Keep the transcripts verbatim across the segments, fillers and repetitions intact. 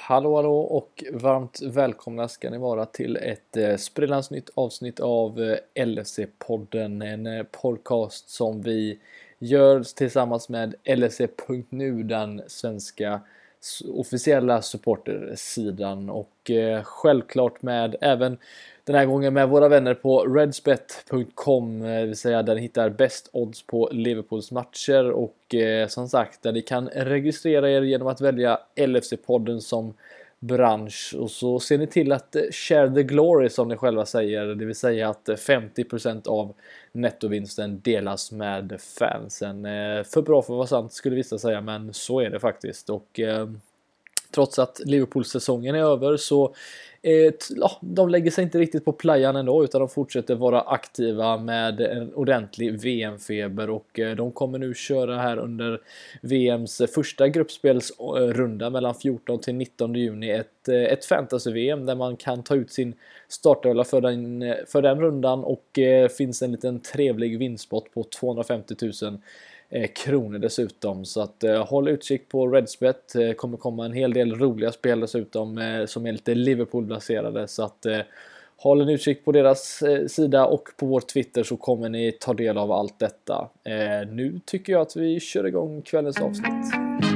Hallå hallå och varmt välkomna ska ni vara till ett eh, sprillans nytt avsnitt av eh, L F C-podden. En eh, podcast som vi gör tillsammans med L F C punkt nu, den svenska s- officiella supportersidan. Och eh, självklart med även den här gången med våra vänner på redsbet punkt com, det vill säga där ni hittar bäst odds på Liverpools matcher och eh, som sagt där ni kan registrera er genom att välja L F C-podden som bransch och så ser ni till att eh, share the glory som ni själva säger, det vill säga att eh, femtio procent av nettovinsten delas med fansen. Eh, för bra för att vara sant skulle vissa säga, men så är det faktiskt och eh, trots att Liverpools säsongen är över så eh, ja, de lägger sig inte riktigt på playan ändå utan de fortsätter vara aktiva med en ordentlig V M-feber och eh, de kommer nu köra här under V M:s första gruppspelsrunda mellan fjortonde till nittonde juni ett, eh, ett fantasy-V M där man kan ta ut sin startelva för den, för den rundan och eh, finns en liten trevlig vinstpott på tvåhundrafemtio tusen kronor dessutom, så att eh, håll utkik på Redsbet. Eh, kommer komma en hel del roliga spel dessutom eh, som är lite Liverpool-baserade, så att eh, håll en utkik på deras eh, sida och på vår Twitter så kommer ni ta del av allt detta. Eh, nu tycker jag att vi kör igång kvällens avsnitt.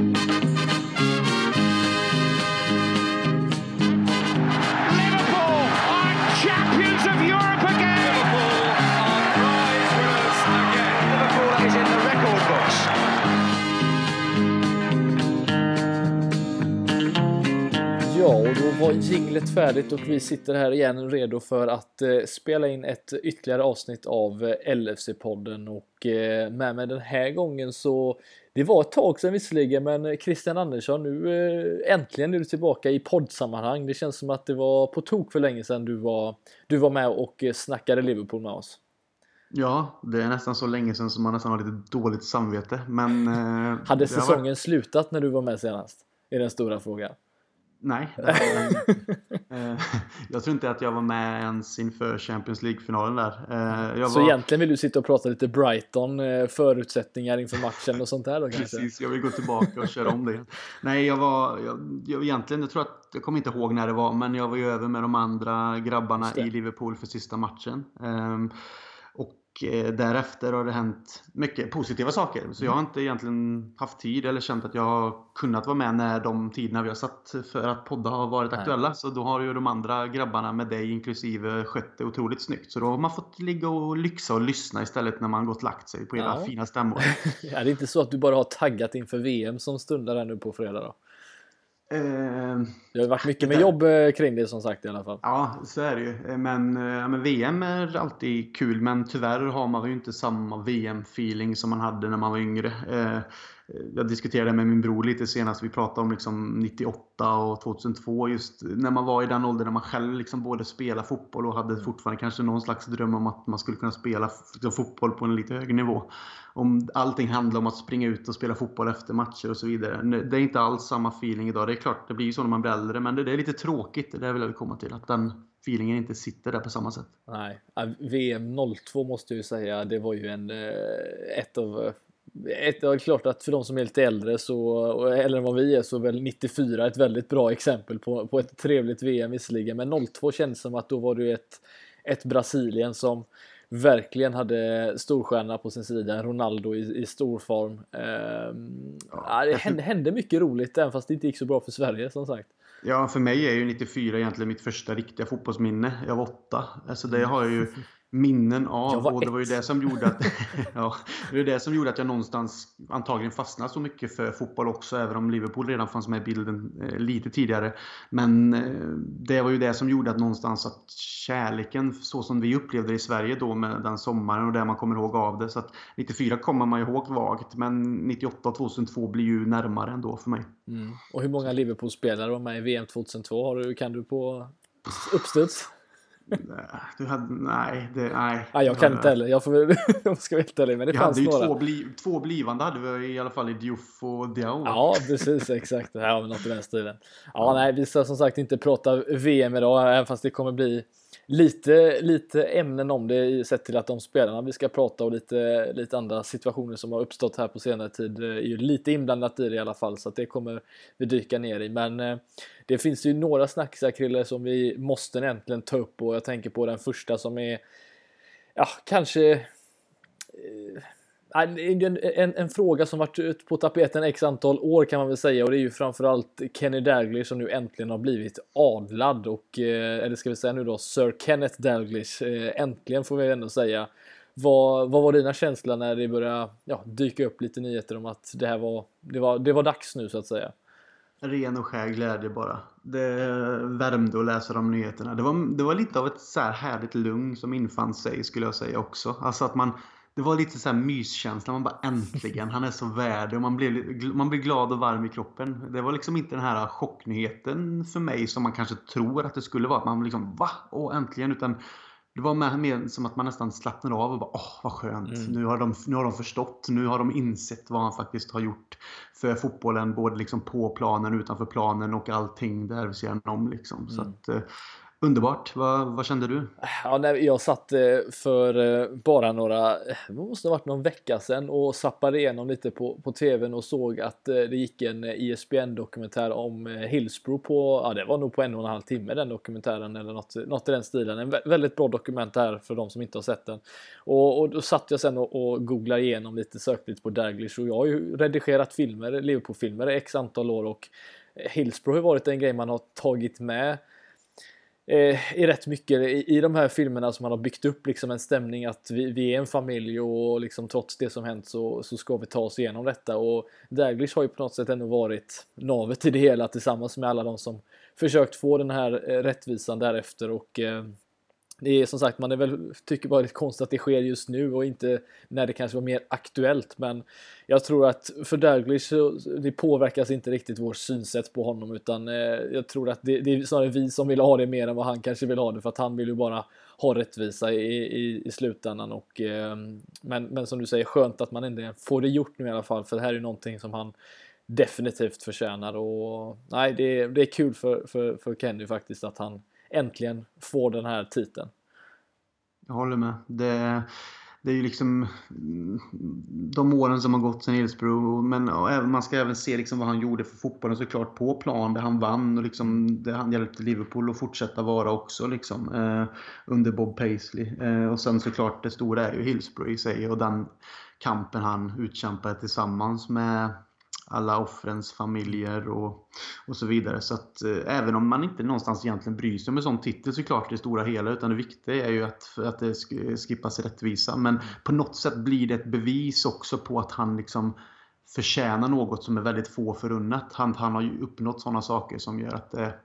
Ja, och då var jinglet färdigt och vi sitter här igen redo för att eh, spela in ett ytterligare avsnitt av eh, L F C-podden och eh, med mig den här gången så det var ett tag sedan visserligen, men Christian Andersson, nu eh, äntligen är du tillbaka i poddsammanhang. Det känns som att det var på tok för länge sedan du var, du var med och eh, snackade Liverpool med oss. Ja, det är nästan så länge sedan som man nästan har lite dåligt samvete, men eh, hade säsongen varit... slutat när du var med senast? Är den stora frågan. Nej, det var, jag tror inte att jag var med ens inför Champions League-finalen där. Jag så var... egentligen vill du sitta och prata lite Brighton, förutsättningar inför matchen och sånt där då kanske? Precis, jag vill gå tillbaka och köra om det. Nej, jag var jag, jag, egentligen, jag tror att, jag kommer inte ihåg när det var, men jag var ju över med de andra grabbarna i Liverpool för sista matchen. Um, och därefter har det hänt mycket positiva saker. Så jag har inte egentligen haft tid eller känt att jag har kunnat vara med när de tiderna vi har satt för att podda har varit Nej. aktuella. Så då har ju de andra grabbarna med dig inklusive skött det otroligt snyggt. Så då har man fått ligga och lyxa och lyssna istället när man gått lagt sig på era ja. fina stämmor. Ja, det är inte så att du bara har taggat inför V M som stundar här nu på fredag då? Det har varit mycket med jobb kring det som sagt i alla fall. Ja, så är det ju. Men, ja, men V M är alltid kul, men tyvärr har man ju inte samma V M-feeling som man hade när man var yngre. Jag diskuterade med min bror lite senast. Vi pratade om liksom nittioåtta och tjugohundratvå, just när man var i den åldern när man själv liksom både spelade fotboll och hade fortfarande kanske någon slags dröm om att man skulle kunna spela liksom fotboll på en lite högre nivå. Om allting handlar om att springa ut och spela fotboll efter matcher och så vidare. Det är inte alls samma feeling idag. Det är klart, det blir ju så när man blir äldre, men det är lite tråkigt. Det är väl jag vill komma till, att den feelingen inte sitter där på samma sätt. Nej, V M noll två måste jag ju säga, det var ju en ett av ett är klart att för de som är lite äldre så, eller vad vi är, så väl nittiofyra ett väldigt bra exempel på, på ett trevligt V M visserligen, men noll två känns som att då var det ett, ett Brasilien som verkligen hade storstjärna på sin sida, Ronaldo i, i stor form. Ehm, ja, det hände, hände mycket roligt, även fast det inte gick så bra för Sverige som sagt. Ja, för mig är ju nittiofyra egentligen mitt första riktiga fotbollsminne. Jag var åtta, alltså det har jag ju minnen av, och det var ju det som gjorde att ja, det är det som gjorde att jag någonstans antagligen fastnade så mycket för fotboll också, även om Liverpool redan fanns med i bilden eh, lite tidigare. Men eh, det var ju det som gjorde att någonstans att kärleken, så som vi upplevde det i Sverige då med den sommaren och det man kommer ihåg av det, så att nittiofyra kommer man ihåg vagt, men nittioåtta och tjugohundratvå blir ju närmare ändå för mig. Mm. Och hur många Liverpool-spelare var med i V M tjugohundratvå? Har du, kan du på uppstuds? Du hade, nej, det, nej. nej, jag kan inte heller. Jag får jag ska veta det, men det vi fanns hade ju några. Två, bli, två blivande hade vi i alla fall i Diouf och Diao. Ja, precis, exakt. Ja, men något i den stilen. Ja, nej, vi ska som sagt inte prata V M idag, även fast det kommer bli lite, lite ämnen om det sett till att de spelarna vi ska prata och lite, lite andra situationer som har uppstått här på senare tid är ju lite inblandat i det i alla fall, så att det kommer vi dyka ner i. Men eh, det finns ju några snackisar, Krille, som vi måste egentligen ta upp, och jag tänker på den första som är ja, kanske eh, En, en, en fråga som varit ut på tapeten x antal år kan man väl säga, och det är ju framförallt Kenny Dalglish som nu äntligen har blivit adlad, och eh, eller ska vi säga nu då Sir Kenneth Dalglish, eh, äntligen får vi ändå säga. Vad, vad var dina känslor när det började ja, dyka upp lite nyheter om att det här var det, var det var dags nu så att säga? Ren och skär glädje bara. Det värmde att läsa de nyheterna. Det var, det var lite av ett så här härligt lugn som infann sig, skulle jag säga också. Alltså att man Det var lite så här myskänsla, man bara äntligen, han är så värd, och man blir, man blir glad och varm i kroppen. Det var liksom inte den här chocknyheten för mig som man kanske tror att det skulle vara, att man liksom, va? Åh, äntligen, utan det var mer, mer som att man nästan slappnade av och bara, åh, vad skönt. Mm. Nu, har de, nu har de förstått, nu har de insett vad han faktiskt har gjort för fotbollen, både liksom på planen, utanför planen och allting där vi ser om liksom. Mm. Så att underbart. Vad, vad kände du? Ja, nej, jag satt för bara några, det måste ha varit någon vecka sedan, och zappade igenom lite på, på tvn och såg att det gick en E S P N-dokumentär om Hillsborough på, ja det var nog på en och en halv timme den dokumentären, eller något, något i den stilen. En väldigt bra dokumentär för de som inte har sett den. Och, och då satt jag sen och, och googlade igenom lite, sökte lite på Dalglish, och jag har ju redigerat filmer, Liverpool-filmer i x antal år, och Hillsborough har varit en grej man har tagit med Eh, är rätt mycket i, i de här filmerna som man har byggt upp liksom en stämning att vi, vi är en familj, och liksom trots det som hänt så, så ska vi ta oss igenom detta, och Dalglish har ju på något sätt ändå varit navet i det hela tillsammans med alla de som försökt få den här eh, rättvisan därefter, och eh, det är som sagt, man är väl, tycker bara lite konstigt att det sker just nu och inte när det kanske var mer aktuellt, men jag tror att för Dalglish så det påverkas inte riktigt vår synsätt på honom, utan eh, jag tror att det, det är snarare vi som vill ha det mer än vad han kanske vill ha det, för att han vill ju bara ha rättvisa i, i, i slutändan, och eh, men, men som du säger, skönt att man ändå får det gjort nu i alla fall, för det här är ju någonting som han definitivt förtjänar, och nej, det är, det är kul för, för, för Kenny faktiskt att han äntligen får den här titeln. Jag håller med. Det, det är ju liksom de åren som har gått sedan Hillsborough, men man ska även se liksom vad han gjorde för fotbollen såklart på plan, där han vann, och liksom det han hjälpte Liverpool att fortsätta vara också liksom, eh, under Bob Paisley. Eh, och sen såklart det stora är ju Hillsborough i sig, och den kampen han utkämpade tillsammans med alla offrens familjer och, och så vidare. Så att eh, även om man inte någonstans egentligen bryr sig om en sån titel såklart det stora hela, utan det viktiga är ju att, att det skippas rättvisa. Men på något sätt blir det ett bevis också på att han liksom förtjänar något som är väldigt få förunnat. Han, han har ju uppnått sådana saker som gör att det,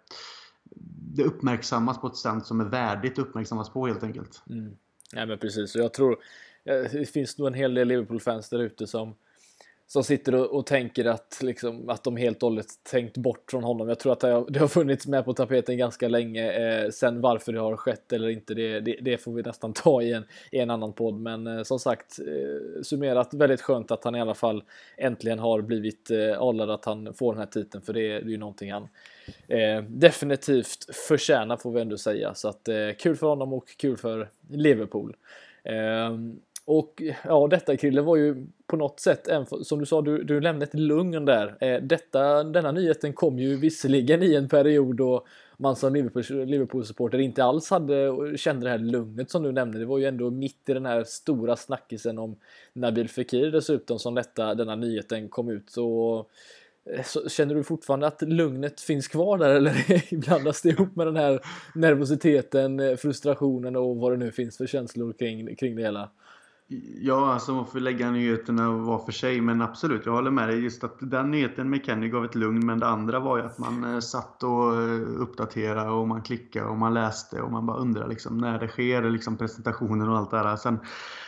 det uppmärksammas på ett sätt som är värdigt uppmärksammas på, helt enkelt. Mm. Ja, men precis. Och jag tror det finns nog en hel del Liverpool-fans där ute som som sitter och, och tänker att, liksom, att de helt och hållet tänkt bort från honom. Jag tror att det har, det har funnits med på tapeten ganska länge. Eh, sen varför det har skett eller inte, det, det, det får vi nästan ta i en, i en annan podd. Men eh, som sagt, eh, summerat, väldigt skönt att han i alla fall äntligen har blivit eh, adlad, att han får den här titeln. För det, det är ju någonting han eh, definitivt förtjänar, får vi ändå säga. Så att, eh, kul för honom och kul för Liverpool. Eh, Och ja, detta, Krille, var ju på något sätt, som du sa, du, du lämnade ett lugn där. Eh, detta, denna nyheten kom ju visserligen i en period då man som Liverpool, Liverpool-supporter inte alls hade, kände det här lugnet som du nämnde. Det var ju ändå mitt i den här stora snackisen om Nabil Fekir dessutom som detta, denna nyheten kom ut. Så, så känner du fortfarande att lugnet finns kvar där, eller blandas det ihop med den här nervositeten, frustrationen och vad det nu finns för känslor kring, kring det hela? Ja, alltså man får lägga nyheterna var för sig, men absolut, jag håller med dig. Just att den nyheten med Kenny gav ett lugn, men det andra var ju att man satt och uppdaterade och man klickade och man läste och man bara undrar liksom när det sker, liksom presentationen och allt det där. Sen,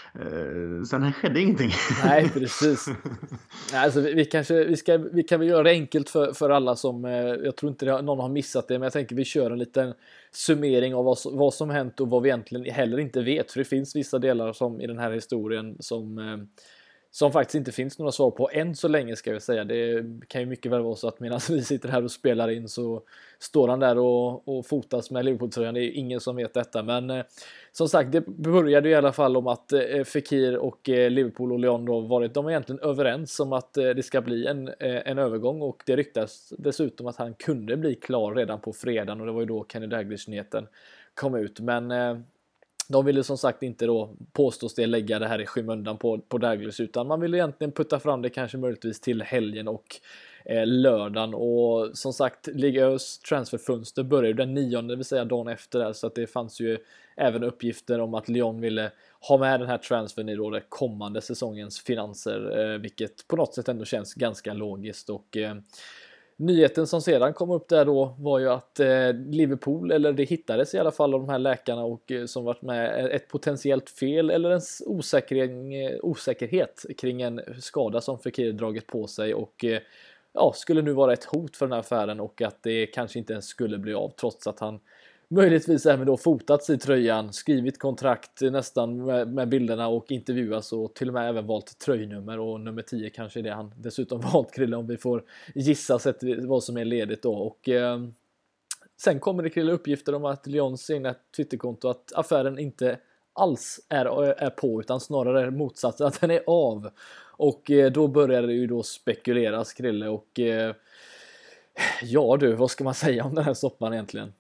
eh, sen skedde ingenting. Nej, precis. Alltså, vi, vi, kanske, vi, ska, vi kan väl göra det enkelt för, för alla som, eh, jag tror inte det, någon har missat det, men jag tänker vi kör en liten summering av vad, vad som hänt och vad vi egentligen heller inte vet, för det finns vissa delar som i den här historien som, eh, som faktiskt inte finns några svar på än så länge, ska vi säga. Det kan ju mycket väl vara så att medan vi sitter här och spelar in så står han där och, och fotas med Liverpool-tröjan. Det är ingen som vet detta, men eh, som sagt, det började i alla fall om att eh, Fekir och eh, Liverpool och Lyon då varit, de är egentligen överens om att eh, det ska bli en, eh, en övergång, och det ryktas dessutom att han kunde bli klar redan på fredagen, och det var ju då Kenny Dalglish-nyheten kom ut, men eh, de ville som sagt inte då påstås det lägga det här i skymundan på, på Dalglish, utan man ville egentligen putta fram det kanske möjligtvis till helgen och eh, lördagen. Och som sagt, Ligas transferfönster började den nionde, det vill säga dagen efter där, så att det fanns ju även uppgifter om att Lyon ville ha med den här transfern i då det kommande säsongens finanser, eh, vilket på något sätt ändå känns ganska logiskt. Och eh, nyheten som sedan kom upp där då var ju att eh, Liverpool, eller det hittades i alla fall av de här läkarna och eh, som varit med, ett potentiellt fel eller en osäkerhet, osäkerhet kring en skada som Fekir dragit på sig, och eh, ja, skulle nu vara ett hot för den här affären, och att det kanske inte ens skulle bli av, trots att han möjligtvis även då fotats i tröjan, skrivit kontrakt nästan med, med bilderna och intervjuas, och till och med även valt tröjnummer, och nummer tio kanske är det han dessutom valt, Krille, om vi får gissa sett vad som är ledigt då. Och eh, sen kommer det, Krille, uppgifter om att Lyons egna Twitterkonto att affären inte alls är, är på, utan snarare är motsatsen, att den är av. Och eh, då börjar det ju då spekuleras, Krille, och eh, ja du, vad ska man säga om den här soppan egentligen?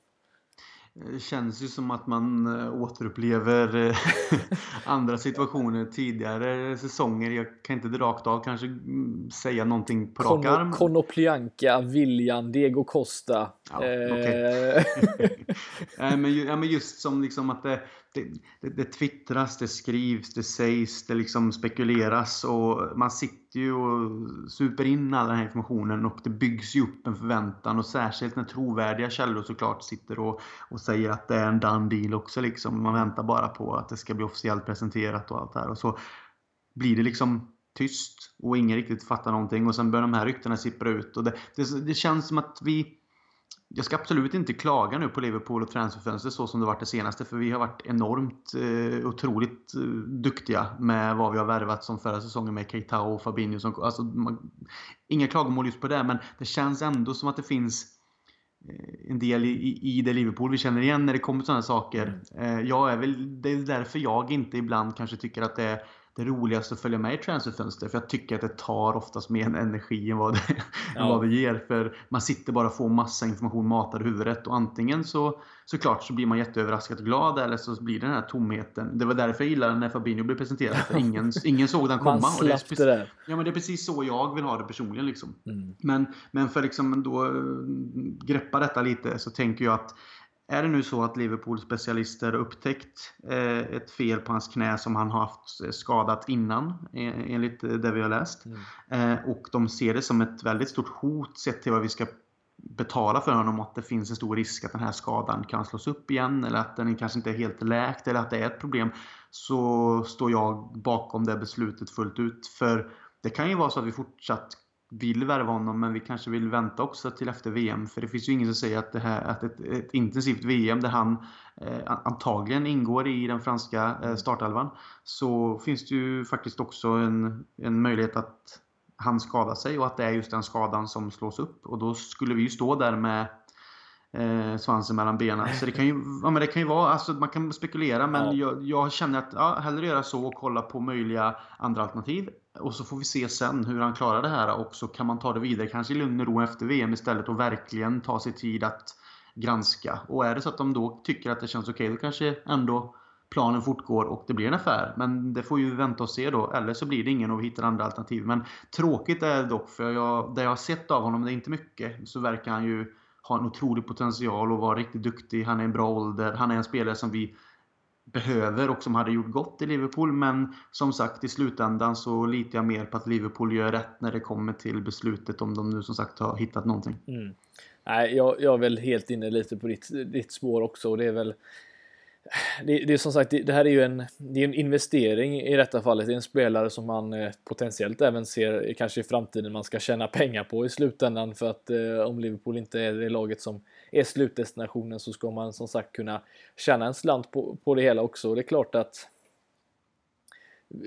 Det känns ju som att man återupplever andra situationer tidigare säsonger. Jag kan inte rakt av kanske säga någonting på rak arm. Konoplyanka, Willian, Diego Costa. Ja, eh... okay. Nej, men, ja, men just som liksom att det, det, det, det twittras, det skrivs, det sägs, det liksom spekuleras, och man sitter ju och super in all den här informationen, och det byggs ju upp en förväntan, och särskilt när trovärdiga källor såklart sitter och, och säger att det är en done deal också liksom. Man väntar bara på att det ska bli officiellt presenterat och allt det här, och så blir det liksom tyst och ingen riktigt fattar någonting, och sen börjar de här ryktena sippra ut, och det, det, det känns som att vi jag ska absolut inte klaga nu på Liverpool och transferfönster så som det varit det senaste, för vi har varit enormt eh, otroligt eh, duktiga med vad vi har värvat, som förra säsongen med Keita och Fabinho som, alltså, man, inga klagomål just på det, men det känns ändå som att det finns eh, en del i, i det Liverpool vi känner igen när det kommer sådana saker. Eh, jag är väl, det är därför jag inte ibland kanske tycker att det är det roligaste att följa med i transferfönster, för jag tycker att det tar oftast mer energi än vad det, ja. än vad det ger, för man sitter bara och får massa information matad i huvudet, och antingen så såklart så blir man jätteöverraskad och glad, eller så blir det den här tomheten. Det var därför jag gillade när Fabinho blev presenterad, för ingen, ingen såg den komma. Man och det, är precis, det där. Ja, men det är precis så jag vill ha det personligen liksom. Mm. men, men för liksom då greppa detta lite, så tänker jag att är det nu så att Liverpools specialister upptäckt eh, ett fel på hans knä som han har haft skadat innan, eh, enligt det vi har läst. Mm. Eh, och de ser det som ett väldigt stort hot sett till vad vi ska betala för honom, att det finns en stor risk att den här skadan kan slås upp igen, eller att den kanske inte är helt läkt, eller att det är ett problem, så står jag bakom det beslutet fullt ut. För det kan ju vara så att vi fortsatt vill värva honom, men vi kanske vill vänta också till efter V M, för det finns ju ingen som säger att, det här, att ett, ett intensivt V M där han eh, antagligen ingår i den franska eh, startelvan, så finns det ju faktiskt också en, en möjlighet att han skadar sig, och att det är just den skadan som slås upp, och då skulle vi ju stå där med eh, svansen mellan benen. Så det kan ju, ja, men det kan ju vara, alltså man kan spekulera, men ja. jag, jag känner att ja, hellre göra så och kolla på möjliga andra alternativ, och så får vi se sen hur han klarar det här, och så kan man ta det vidare kanske i lugn och ro efter V M istället, och verkligen ta sig tid att granska. Och är det så att de då tycker att det känns okej, då kanske ändå planen fortgår och det blir en affär. Men det får ju vänta och se då, eller så blir det ingen och vi hittar andra alternativ. Men tråkigt är det dock, för jag, det jag har sett av honom, det är inte mycket, så verkar han ju ha en otrolig potential och vara riktigt duktig. Han är en bra ålder, han är en spelare som vi behöver och som hade gjort gott i Liverpool, men som sagt i slutändan så litar jag mer på att Liverpool gör rätt när det kommer till beslutet, om de nu som sagt har hittat någonting. Mm. Nej, jag, jag är väl helt inne lite på ditt, ditt spår också, och det är väl det, det är som sagt, det, det här är ju en, det är en investering i detta fallet. Det är en spelare som man eh, potentiellt även ser kanske i framtiden man ska tjäna pengar på i slutändan, för att eh, om Liverpool inte är det laget som är slutdestinationen, så ska man som sagt kunna tjäna en slant på, på det hela också. Och det är klart att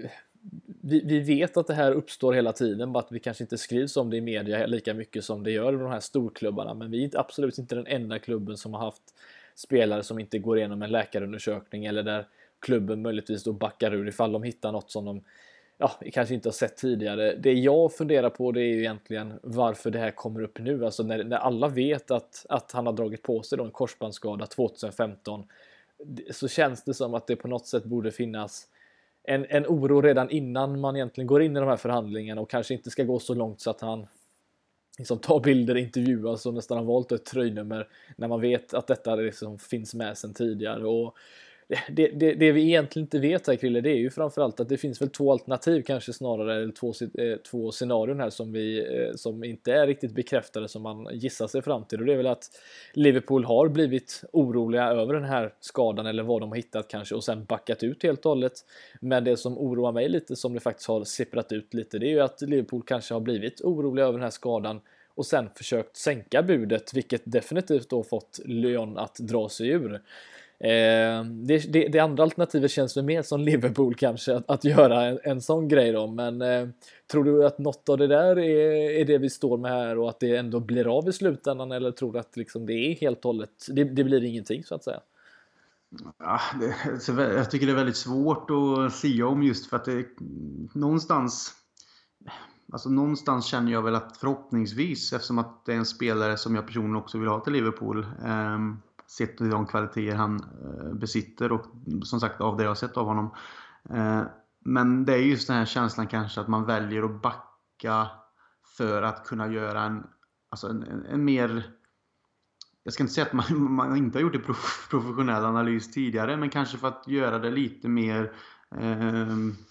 vi, vi vet att det här uppstår hela tiden, bara att vi kanske inte skrivs om det i media lika mycket som det gör i de här storklubbarna, men vi är inte, absolut inte den enda klubben som har haft spelare som inte går igenom en läkarundersökning, eller där klubben möjligtvis då backar ur ifall de hittar något som de ja, kanske inte har sett tidigare. Det jag funderar på, det är ju egentligen varför det här kommer upp nu. Alltså när, när alla vet att, att han har dragit på sig då en korsbandsskada tjugohundrafemton, så känns det som att det på något sätt borde finnas en, en oro redan innan man egentligen går in i de här förhandlingarna, och kanske inte ska gå så långt så att han liksom tar bilder, intervjuas och nästan har valt ett tröjnummer när man vet att detta liksom finns med sedan tidigare. Och Det, det, det vi egentligen inte vet här, Krille, det är ju framförallt att det finns väl två alternativ kanske snarare, eller två, eh, två scenarion här som, vi, eh, som inte är riktigt bekräftade, som man gissar sig fram till. Och det är väl att Liverpool har blivit oroliga över den här skadan, eller vad de har hittat kanske, och sen backat ut helt och hållet. Men det som oroar mig lite, som det faktiskt har sipprat ut lite, det är ju att Liverpool kanske har blivit oroliga över den här skadan och sen försökt sänka budet, vilket definitivt då fått Lyon att dra sig ur. Eh, det, det, det andra alternativet känns väl mer som Liverpool kanske, att, att göra en, en sån grej då, men eh, tror du att något av det där är, är det vi står med här, och att det ändå blir av i slutändan, eller tror du att liksom det är helt och hållet, det, det blir ingenting så att säga? Ja, det, så jag tycker det är väldigt svårt att säga om, just för att det någonstans alltså någonstans känner jag väl att förhoppningsvis, eftersom att det är en spelare som jag personligen också vill ha till Liverpool, eh, sett i de kvaliteter han eh, besitter, och som sagt av det jag har sett av honom. Eh, men det är just den här känslan kanske att man väljer att backa för att kunna göra en, alltså en, en, en mer, jag ska inte säga att man, man inte har gjort en prof, professionell analys tidigare, men kanske för att göra det lite mer eh,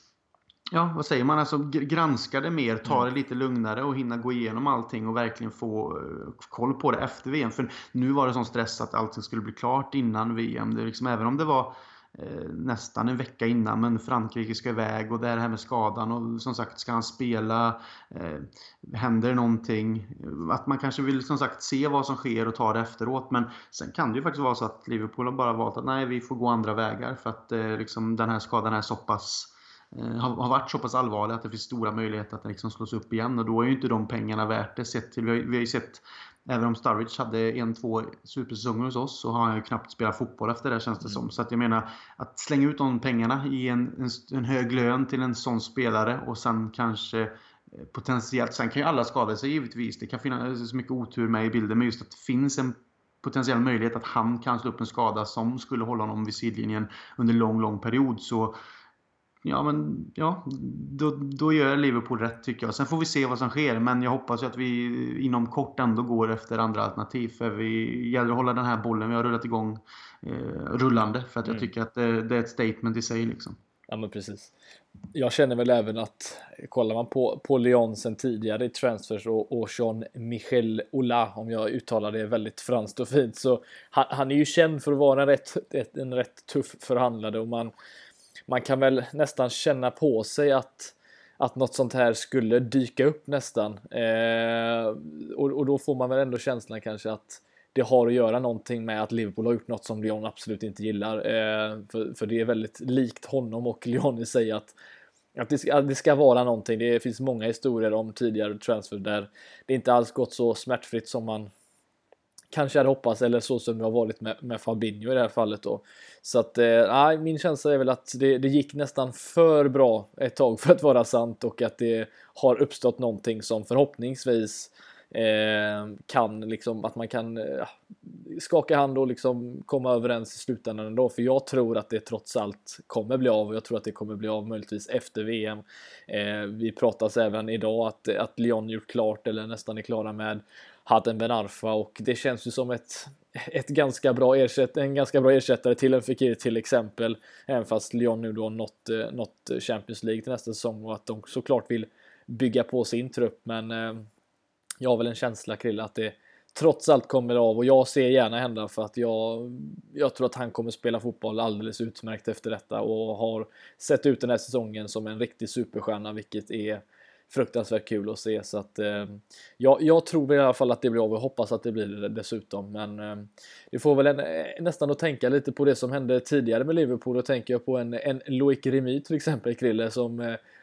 ja, vad säger man? Alltså granska det mer, ta det lite lugnare och hinna gå igenom allting och verkligen få uh, koll på det efter V M. För nu var det sån stress att allting skulle bli klart innan V M. Det liksom, även om det var uh, nästan en vecka innan, men Frankrike ska iväg och det här med skadan, och som sagt, ska han spela? Uh, händer någonting? Att man kanske vill som sagt se vad som sker och ta det efteråt. Men sen kan det ju faktiskt vara så att Liverpool har bara valt att nej, vi får gå andra vägar, för att uh, liksom, den här skadan är så pass har varit så pass allvarlig att det finns stora möjligheter att det liksom slås upp igen, och då är ju inte de pengarna värt det. Sett till, vi, har, vi har ju sett, även om Sturridge hade en, två supersäsonger hos oss, så har han ju knappt spelat fotboll efter det, känns det som. Så att jag menar, att slänga ut de pengarna i en, en, en hög lön till en sån spelare, och sen kanske potentiellt, sen kan ju alla skada sig givetvis, det kan finnas så mycket otur med i bilden, men just att det finns en potentiell möjlighet att han kan slå upp en skada som skulle hålla honom vid sidlinjen under lång, lång period, så ja, men ja, då, då gör Liverpool rätt, tycker jag. Sen får vi se vad som sker, men jag hoppas att vi inom kort ändå går efter andra alternativ, för vi gäller att hålla den här bollen vi har rullat igång eh, rullande, för att jag mm. tycker att det, det är ett statement i sig liksom. Ja, men precis. Jag känner väl även att, kollar man på, på Lyon sen tidigare i transfers, och, och Jean-Michel Aulas, om jag uttalar det väldigt franskt och fint, så han, han är ju känd för att vara en rätt, ett, en rätt tuff förhandlare, och man Man kan väl nästan känna på sig att, att något sånt här skulle dyka upp nästan. Eh, och, och då får man väl ändå känslan kanske att det har att göra någonting med att Liverpool har gjort något som Lyon absolut inte gillar. Eh, för, för det är väldigt likt honom och Lyon i sig att, att, det ska, att det ska vara någonting. Det finns många historier om tidigare transfer där det inte alls gått så smärtfritt som man kanske hade hoppats, eller så som det har varit med, med Fabinho i det här fallet då. Så att, eh, min känsla är väl att det, det gick nästan för bra ett tag för att vara sant, och att det har uppstått någonting som förhoppningsvis eh, kan liksom, att man kan eh, skaka hand och liksom komma överens i slutändan ändå, för jag tror att det trots allt kommer bli av, och jag tror att det kommer bli av möjligtvis efter V M. Eh, vi pratas även idag att, att Lyon gjort klart, eller nästan är klara med Hatem Ben Arfa, och det känns ju som ett, ett ganska bra ersätt, en ganska bra ersättare till en Fekir till exempel, även fast Lyon nu då nått, nått Champions League till nästa säsong, och att de såklart vill bygga på sin trupp, men eh, jag har väl en känsla, Krille, att det trots allt kommer av, och jag ser gärna hända, för att jag, jag tror att han kommer spela fotboll alldeles utmärkt efter detta, och har sett ut den här säsongen som en riktig superstjärna, vilket är fruktansvärt kul att se. Så att eh, jag, jag tror i alla fall att det blir av, och hoppas att det blir det dessutom, men eh, det får väl en, nästan att tänka lite på det som hände tidigare med Liverpool, och tänker jag på en, en Loic Remy till exempel, Krille, som eh,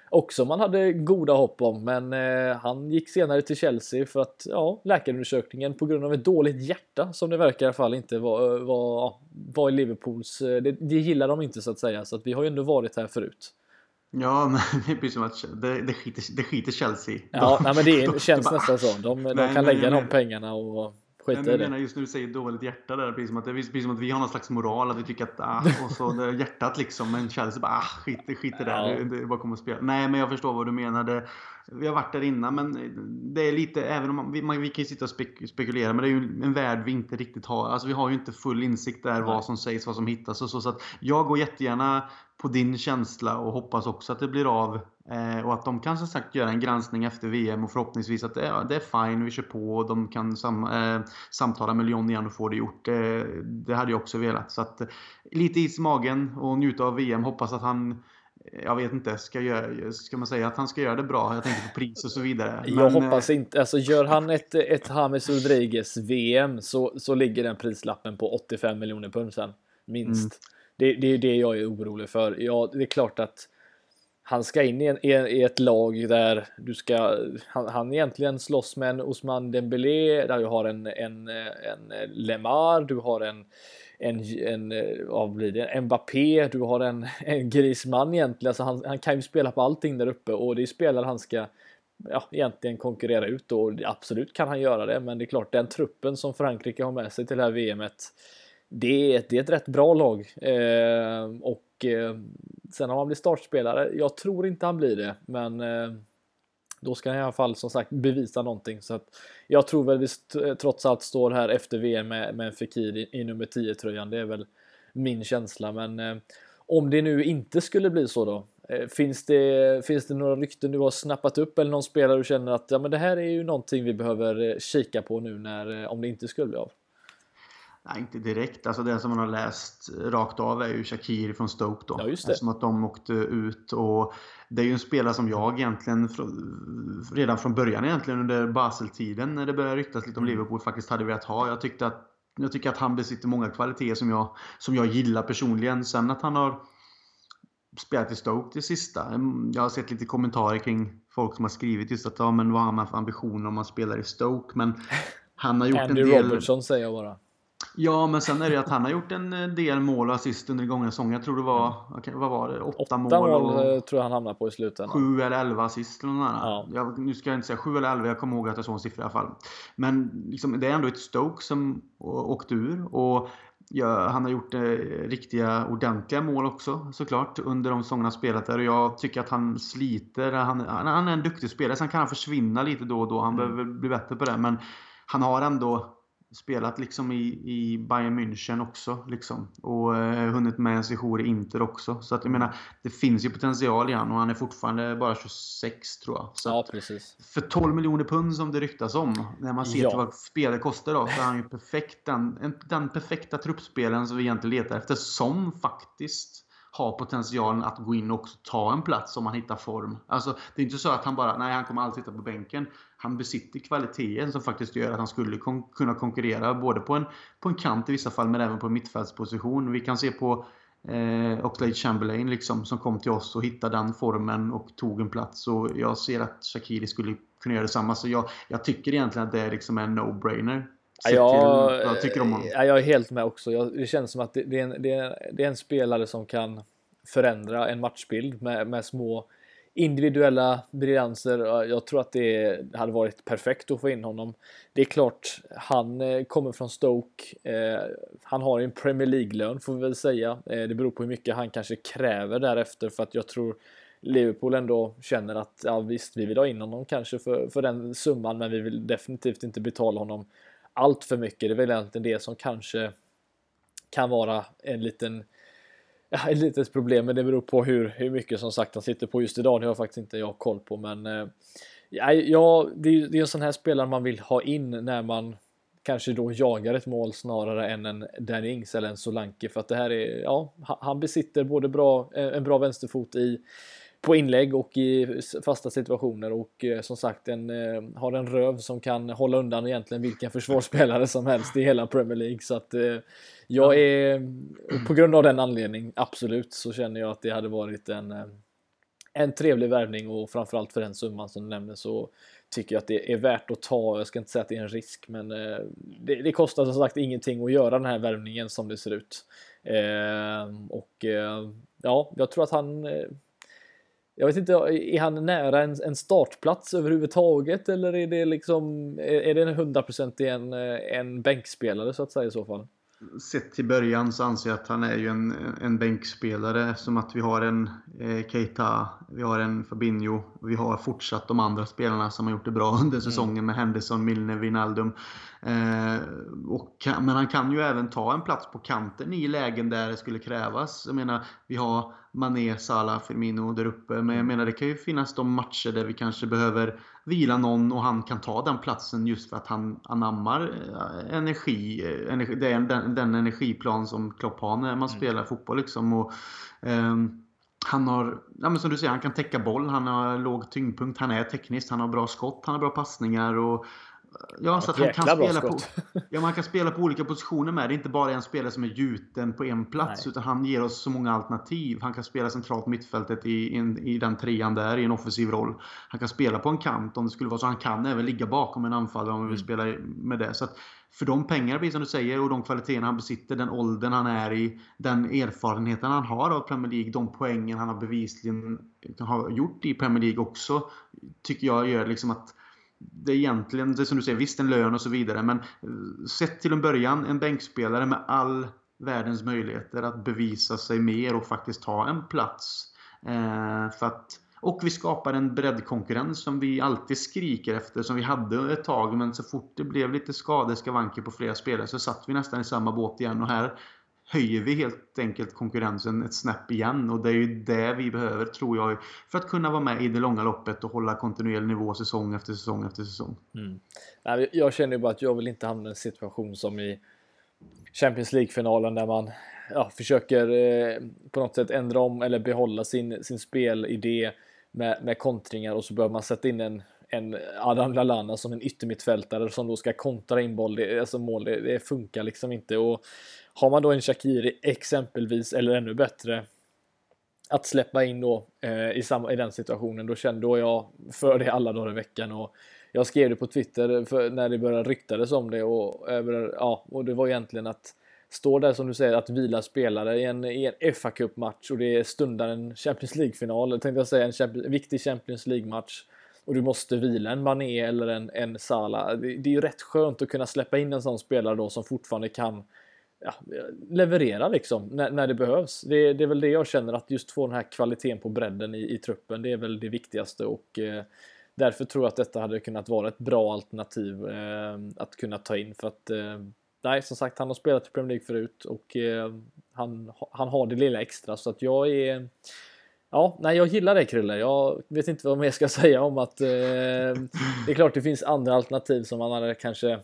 också man hade goda hopp om, men eh, han gick senare till Chelsea för att ja, läkarundersökningen på grund av ett dåligt hjärta som det verkar i alla fall inte var, var, var i Liverpools, det, det gillar de inte så att säga, så att vi har ju ändå varit här förut. Ja, men det är precis som att det, det, skiter, det skiter Chelsea. Ja, de, nej, men det de, känns de, nästan så. De, de nej, kan men, lägga men, de pengarna och skita men, i det. Jag menar just när du säger dåligt hjärta där, precis som att det är precis som att vi har någon slags moral att vi tycker att ah, och så det hjärtat liksom, men Chelsea bara ah, skit, skit i det där, Ja. det, det bara kommer att spela. Nej, men jag förstår vad du menar. Det, vi har varit där innan, men det är lite, även om man, vi, man, vi kan ju sitta och spek, spekulera, men det är ju en värld vi inte riktigt har. Alltså vi har ju inte full insikt där, nej, vad som sägs, vad som hittas och så, så att jag går jättegärna på din känsla och hoppas också att det blir av. Eh, och att de kan som sagt göra en granskning efter V M och förhoppningsvis att det, ja, det är fine, vi kör på och de kan sam, eh, samtala med Lyon igen och få det gjort. Eh, det hade jag också velat. Så att, lite is i magen och njuta av V M. Hoppas att han, jag vet inte, ska, göra, ska man säga att han ska göra det bra? Jag tänker på pris och så vidare. Men, jag hoppas inte, alltså gör han ett, ett James Rodriguez V M så, så ligger den prislappen på åttiofem miljoner pund sen, minst. Mm. Det, det är det jag är orolig för. Ja, det är klart att han ska in i, en, i ett lag där du ska, han, han egentligen slåss med en Ousmane Dembélé, där du har en, en, en Lemar, du har en, en, en vad blir det, en Mbappé, du har en, en Griezmann egentligen, så han, han kan ju spela på allting där uppe och det är spelare han ska ja, egentligen konkurrera ut och absolut kan han göra det, men det är klart den truppen som Frankrike har med sig till det här V M:et, det är, det är ett rätt bra lag eh, och eh, sen om han blir startspelare, jag tror inte han blir det, men eh, då ska han i alla fall som sagt bevisa någonting, så att jag tror väl vi st- trots allt står här efter V M med, med en Fekir i, i nummer tio-tröjan, det är väl min känsla, men eh, om det nu inte skulle bli så då, eh, finns, det, finns det några rykten du har snappat upp eller någon spelare du känner att ja, men det här är ju någonting vi behöver eh, kika på nu när, eh, om det inte skulle bli av? Nej, inte direkt. Alltså det som man har läst rakt av är ju Shaqiri från Stoke då. Ja, just det. Eftersom att de åkte ut och det är ju en spelare som jag egentligen redan från början egentligen under Basel-tiden när det började ryktas lite om mm. Liverpool faktiskt hade velat ha. Jag tyckte att jag tycker att han besitter många kvaliteter som jag, som jag gillar personligen. Sen att han har spelat i Stoke det sista. Jag har sett lite kommentarer kring folk som har skrivit just att ja, men vad har man för ambitioner om man spelar i Stoke, men han har gjort Andy en del... Robertson säger jag bara. Ja, men sen är det att han har gjort en del mål och assist under gångna säsongen. Jag tror det var, mm. vad var det? Åtta, Åtta mål, mål och tror jag han hamnar på i slutet. Sju eller elva assist eller något ja. jag, Nu ska jag inte säga sju eller elva, jag kommer ihåg att jag såg en siffra i alla fall. Men liksom, det är ändå ett Stoke som åkte ur och ja, han har gjort eh, riktiga ordentliga mål också såklart under de säsongerna spelat där, och jag tycker att han sliter. Han, han är en duktig spelare, sen kan han försvinna lite då och då. Han mm. behöver bli bättre på det, men han har ändå spelat liksom i, i Bayern München också liksom, och eh, hunnit med en session i Inter också, så att jag menar det finns ju potential i han och han är fortfarande bara tjugosex tror jag, så ja, precis. För tolv miljoner pund som det ryktas om när man ser ja. vad spelare kostar då, så är han ju perfekt, den, den perfekta truppspelaren som vi egentligen letar efter, som faktiskt har potentialen att gå in och också ta en plats om man hittar form. Alltså det är inte så att han bara, nej han kommer alltid sitta på bänken. Han besitter kvaliteten som faktiskt gör att han skulle kon- kunna konkurrera både på en, på en kant i vissa fall, men även på en mittfältsposition. Vi kan se på eh, Oxlade-Chamberlain liksom, som kom till oss och hittade den formen och tog en plats. Och jag ser att Shaqiri skulle kunna göra detsamma. Så jag, jag tycker egentligen att det är liksom en no-brainer. Ja, jag, jag, tycker om ja, jag är helt med också. Jag, det känns som att det, det, är en, det, är, det är en spelare som kan förändra en matchbild med, med små individuella briljanser. Jag tror att det hade varit perfekt att få in honom. Det är klart, han kommer från Stoke. Eh, han har en Premier League-lön får vi väl säga. Eh, det beror på hur mycket han kanske kräver därefter, för att jag tror Liverpool ändå känner att ja, visst, vi vill ha in honom kanske för, för den summan, men vi vill definitivt inte betala honom allt för mycket. Det är väl egentligen det som kanske kan vara en liten ja, ett litet problem, men det beror på hur, hur mycket som sagt han sitter på just idag. Det har faktiskt inte jag koll på, men eh, ja, det, är, det är en sån här spelare man vill ha in när man kanske då jagar ett mål snarare än en Danny Ings eller en Solanke, för att det här är, ja, han besitter både bra, en bra vänsterfot i på inlägg och i fasta situationer, och eh, som sagt en, eh, har en röv som kan hålla undan egentligen vilken försvarsspelare som helst i hela Premier League, så att eh, jag är på grund av den anledningen absolut så känner jag att det hade varit en, en trevlig värvning, och framförallt för den summan som du nämner så tycker jag att det är värt att ta. Jag ska inte säga att det är en risk, men eh, det, det kostar som sagt ingenting att göra den här värvningen som det ser ut. Eh, och eh, ja, jag tror att han eh, jag vet inte, är han nära en, en startplats överhuvudtaget, eller är det liksom är, är det en hundra procent en, en bänkspelare så att säga i så fall? Sett till början så anser jag att han är ju en, en bänkspelare, som att vi har en eh, Keita, vi har en Fabinho, vi har fortsatt de andra spelarna som har gjort det bra under säsongen mm. med Henderson, Milner, Wijnaldum. Eh, och, men han kan ju även ta en plats på kanten i lägen där det skulle krävas. Jag menar, vi har Mané, Salah, Firmino där uppe, men jag menar det kan ju finnas de matcher där vi kanske behöver vila någon och han kan ta den platsen just för att han anammar energi, energi det är den, den energiplan som Klopp har när man mm. spelar fotboll liksom. Och um, han har, ja, men som du säger, han kan täcka boll, han har låg tyngdpunkt, han är tekniskt, han har bra skott, han har bra passningar och ja, så att han kan spela på, ja, man kan spela på olika positioner med. Det är inte bara en spelare som är gjuten på en plats. Nej. Utan han ger oss så många alternativ. Han kan spela centralt mittfältet i, i, i den trean där i en offensiv roll. Han kan spela på en kant om det skulle vara så. Han kan även ligga bakom en anfallare om vi vill spela med det. Så att för de pengar, precis som du säger, och de kvaliteterna han besitter, den åldern han är i, den erfarenheten han har av Premier League, de poängen han har bevisligen har gjort i Premier League också, tycker jag gör liksom att det är egentligen, det är som du säger, visst en lön och så vidare, men sett till en början en bänkspelare med all världens möjligheter att bevisa sig mer och faktiskt ta en plats. Eh, för att, och vi skapar en breddkonkurrens som vi alltid skriker efter, som vi hade ett tag, men så fort det blev lite skadeskavanker på flera spelare så satt vi nästan i samma båt igen, och här höjer vi helt enkelt konkurrensen ett snäpp igen, och det är ju det vi behöver, tror jag, för att kunna vara med i det långa loppet och hålla kontinuerlig nivå säsong efter säsong efter säsong. Mm. Jag känner ju bara att jag vill inte hamna i en situation som i Champions League-finalen där man ja, försöker eh, på något sätt ändra om eller behålla sin, sin spelidé med, med kontringar, och så bör man sätta in en en Adam Lallana som en yttermittfältare som då ska kontra in boll, det, alltså mål, det, det funkar liksom inte. Och har man då en Shaqiri exempelvis, eller ännu bättre, att släppa in då eh, i, samma, i den situationen, då kände då jag för det alla dagar i veckan, och jag skrev det på Twitter för, när det började ryktades om det, och, över, ja, och det var egentligen att stå där som du säger, att vila spelare i en, i en F A Cup-match, och det stundar en Champions League-final, tänkte jag säga, en Champions, viktig Champions League-match, och du måste vila en Mané eller en, en Salah. Det, det är ju rätt skönt att kunna släppa in en sån spelare då som fortfarande kan ja, leverera liksom när, när det behövs. Det, det är väl det jag känner, att just få den här kvaliteten på bredden i, i truppen, det är väl det viktigaste, och eh, därför tror jag att detta hade kunnat vara ett bra alternativ eh, att kunna ta in, för att eh, nej, som sagt, han har spelat i Premier League förut, och eh, han, han har det lilla extra, så att jag är ja, nej, jag gillar det, Krille. Jag vet inte vad mer ska säga om att eh, det är klart det finns andra alternativ som man hade kanske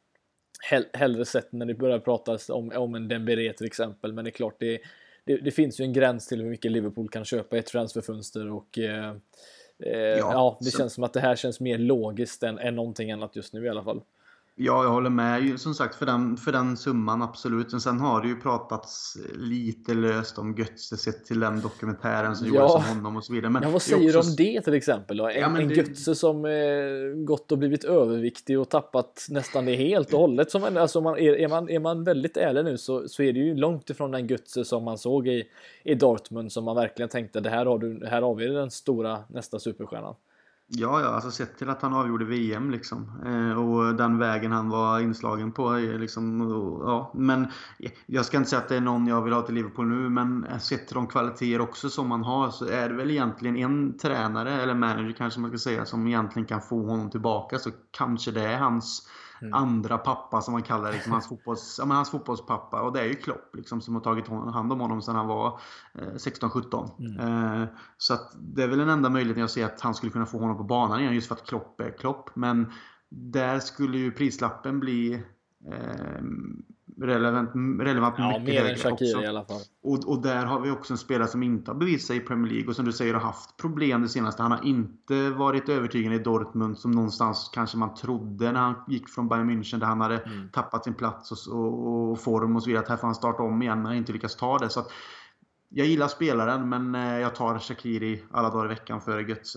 hell- hellre sett när det börjar pratas om, om en Dembélé till exempel, men det är klart det, det, det finns ju en gräns till hur mycket Liverpool kan köpa i ett transferfönster, och eh, eh, ja, ja, det så... känns som att det här känns mer logiskt än, än någonting annat just nu i alla fall. Ja, jag håller med. Som sagt, för den, för den summan, absolut. Men sen har det ju pratats lite löst om Götze sett till den dokumentären som ja. gjordes om honom och så vidare. Men ja, vad säger du också... om det till exempel? En, ja, en det... Götze som eh, gått och blivit överviktig och tappat nästan det helt och hållet. Som en, alltså man, är, är, man, är man väldigt ärlig nu så, så är det ju långt ifrån den Götze som man såg i, i Dortmund, som man verkligen tänkte, det här har, du, här har vi den stora nästa superstjärnan. Ja, ja, alltså sett till att han avgjorde V M liksom. Eh, och den vägen han var inslagen på liksom, och, ja, men jag ska inte säga att det är någon jag vill ha till Liverpool nu, men sett till de kvaliteter också som man har, så är det väl egentligen en tränare eller manager kanske man ska säga, som egentligen kan få honom tillbaka, så kanske det är hans Mm. andra pappa, som man kallar det, liksom, hans, fotbolls, ja, men hans fotbollspappa, och det är ju Klopp liksom, som har tagit hand om honom sedan han var eh, sexton sjutton. Mm. Eh, så att det är väl den enda möjligheten jag ser att han skulle kunna få honom på banan igen, just för att Klopp är Klopp. Men där skulle ju prislappen bli eh, relevant, relevant ja, mycket mer högre än Shaqiri också. I alla fall. Och, och där har vi också en spelare som inte har bevisat sig i Premier League, och som du säger har haft problem det senaste. Han har inte varit övertygande i Dortmund, som någonstans kanske man trodde när han gick från Bayern München, där han hade mm. tappat sin plats och, och, och form och så vidare, att här får han starta om igen, men han har inte lyckats ta det. Så att jag gillar spelaren, men eh, jag tar Shaqiri alla dagar i veckan före Götze.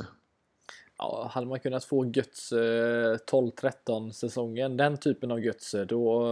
Ja, hade man kunnat få Götze tolv tretton säsongen, den typen av Götze, då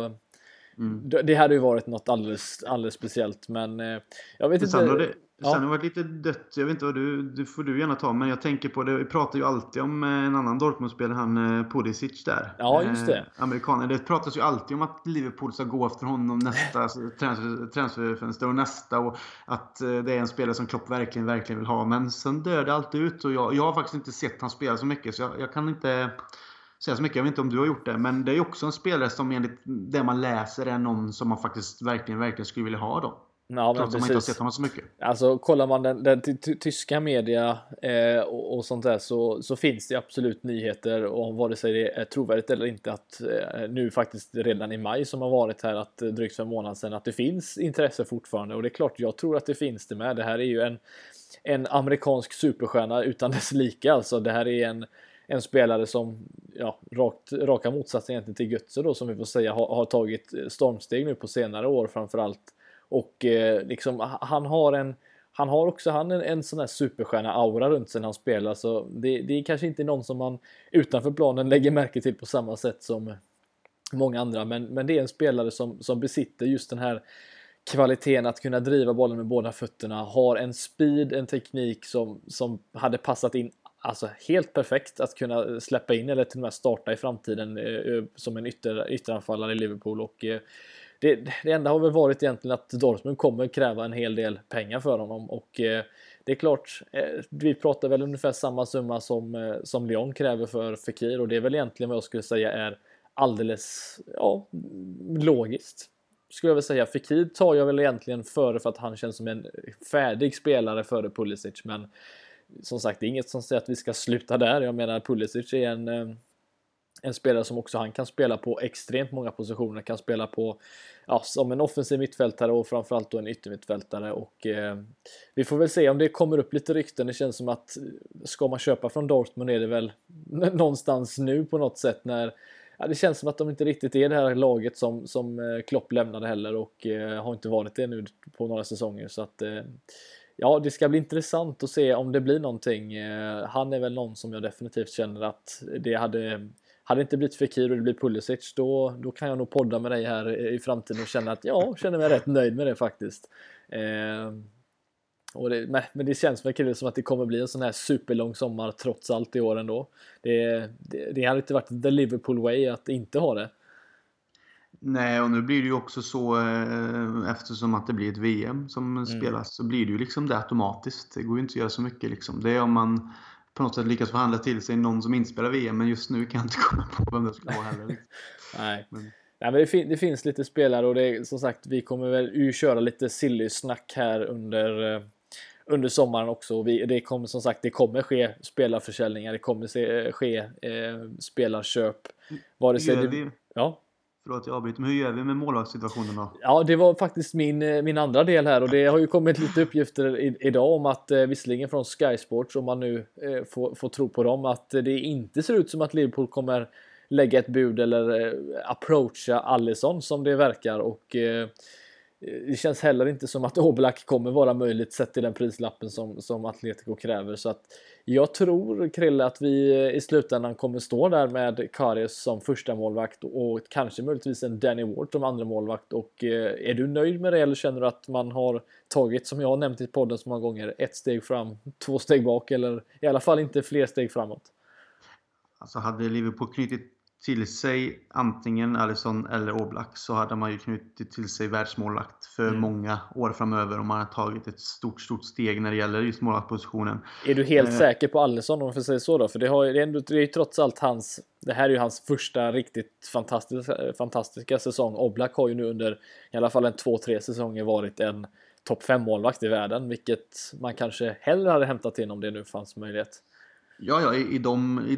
mm. det hade ju varit något alldeles, alldeles speciellt, men jag vet men inte. Det, ja. Sen har det varit lite dött, jag vet inte vad du, du får du gärna ta, men jag tänker på det, vi pratar ju alltid om en annan Dortmund-spelare, han Pulisic där. Ja, just det. Eh, amerikaner, det pratas ju alltid om att Liverpool ska gå efter honom nästa transfer, transferfönster och nästa, och att det är en spelare som Klopp verkligen, verkligen vill ha, men sen dör det alltid ut, och jag, jag har faktiskt inte sett han spela så mycket, så jag, jag kan inte säga så mycket, jag vet inte om du har gjort det, men det är ju också en spelare som enligt det man läser är någon som man faktiskt verkligen, verkligen skulle vilja ha då. Ja, men trots att man inte har sett honom så mycket. Alltså kollar man den, den tyska media eh, och, och sånt där, så, så finns det absolut nyheter om vare sig det är trovärdigt eller inte, att eh, nu faktiskt redan i maj som har varit här, att eh, drygt för en månad sedan, att det finns intresse fortfarande, och det är klart, jag tror att det finns det med. Det här är ju en, en amerikansk superstjärna utan dess lika, alltså det här är en en spelare som, ja, rakt, raka motsatsen egentligen till Götze då, som vi får säga har, har tagit stormsteg nu på senare år framförallt. Och eh, liksom, han har en han har också han en, en sån här superstjärna-aura runt sig när han spelar, så det, det är kanske inte någon som man utanför planen lägger märke till på samma sätt som många andra, men, men det är en spelare som, som besitter just den här kvaliteten att kunna driva bollen med båda fötterna, har en speed, en teknik som, som hade passat in alltså helt perfekt att kunna släppa in eller till och med starta i framtiden eh, som en ytter, ytteranfallare i Liverpool, och eh, det, det enda har väl varit egentligen att Dortmund kommer kräva en hel del pengar för honom, och eh, det är klart, eh, vi pratar väl ungefär samma summa som, eh, som Lyon kräver för Fekir, och det är väl egentligen vad jag skulle säga är alldeles ja, logiskt. Skulle jag väl säga, Fekir tar jag väl egentligen före för att han känns som en färdig spelare före Pulisic, men som sagt, det är inget som säger att vi ska sluta där. Jag menar, Pulisic är en, en spelare som också han kan spela på extremt många positioner, kan spela på ja, som en offensiv mittfältare och framförallt då en yttermittfältare, och eh, vi får väl se om det kommer upp lite rykten. Det känns som att ska man köpa från Dortmund är det väl någonstans nu på något sätt, när ja, det känns som att de inte riktigt är det här laget som, som Klopp lämnade heller, och eh, har inte varit det nu på några säsonger, så att eh, ja, det ska bli intressant att se om det blir någonting. Eh, han är väl någon som jag definitivt känner att det hade hade inte blivit Fekir och det blir Pulisic, då, då kan jag nog podda med dig här i framtiden och känna att ja, känner mig rätt nöjd med det faktiskt. Eh, och det, men det känns väl som att det kommer bli en sån här superlång sommar trots allt i år ändå. Det, det, det hade inte varit the Liverpool way att inte ha det. Nej, och nu blir det ju också så eh, eftersom att det blir ett V M som mm. spelas, så blir det ju liksom det automatiskt. Det går ju inte att göra så mycket liksom. Det är om man på något sätt lyckas förhandla till sig någon som inte spelar V M, men just nu kan jag inte komma på vem det ska vara heller. Liksom. Nej. Men. Nej, men det, fin- det finns lite spelare, och det är, som sagt, vi kommer väl ju köra lite silly snack här under, eh, under sommaren också. Vi, det kommer som sagt, det kommer ske spelarförsäljningar, det kommer se, ske eh, spelarköp. Vare sig det, ja. Förlåt, jag avbryter, men hur gör vi med målvaktssituationen då? Ja, det var faktiskt min, min andra del här, och det har ju kommit lite uppgifter i, idag om att eh, visserligen från Sky Sports, om man nu eh, får, får tro på dem, att det inte ser ut som att Liverpool kommer lägga ett bud eller eh, approacha Alisson som det verkar, och eh, det känns heller inte som att Oblak kommer vara möjligt sett till den prislappen som, som Atletico kräver, så att jag tror, Krille, att vi i slutändan kommer stå där med Karius som första målvakt och kanske möjligtvis en Danny Ward som andra målvakt, och eh, är du nöjd med det, eller känner du att man har tagit, som jag har nämnt i podden så många gånger, ett steg fram, två steg bak, eller i alla fall inte fler steg framåt? Alltså hade Liverpool knutit till sig antingen Alisson eller Oblak, så hade man ju knutit till sig världsmålvakt för mm. många år framöver, om man har tagit ett stort stort steg när det gäller just målvaktpositionen. Är du helt eh. säker på Alisson, om man får säga så då? För det, har, det, är ändå, det är ju trots allt hans, det här är ju hans första riktigt fantastiska, fantastiska säsong. Oblak har ju nu under i alla fall en två, tre säsonger varit en topp fem målvakt i världen, vilket man kanske hellre hade hämtat in om det nu fanns möjlighet. Ja, ja, i de, i,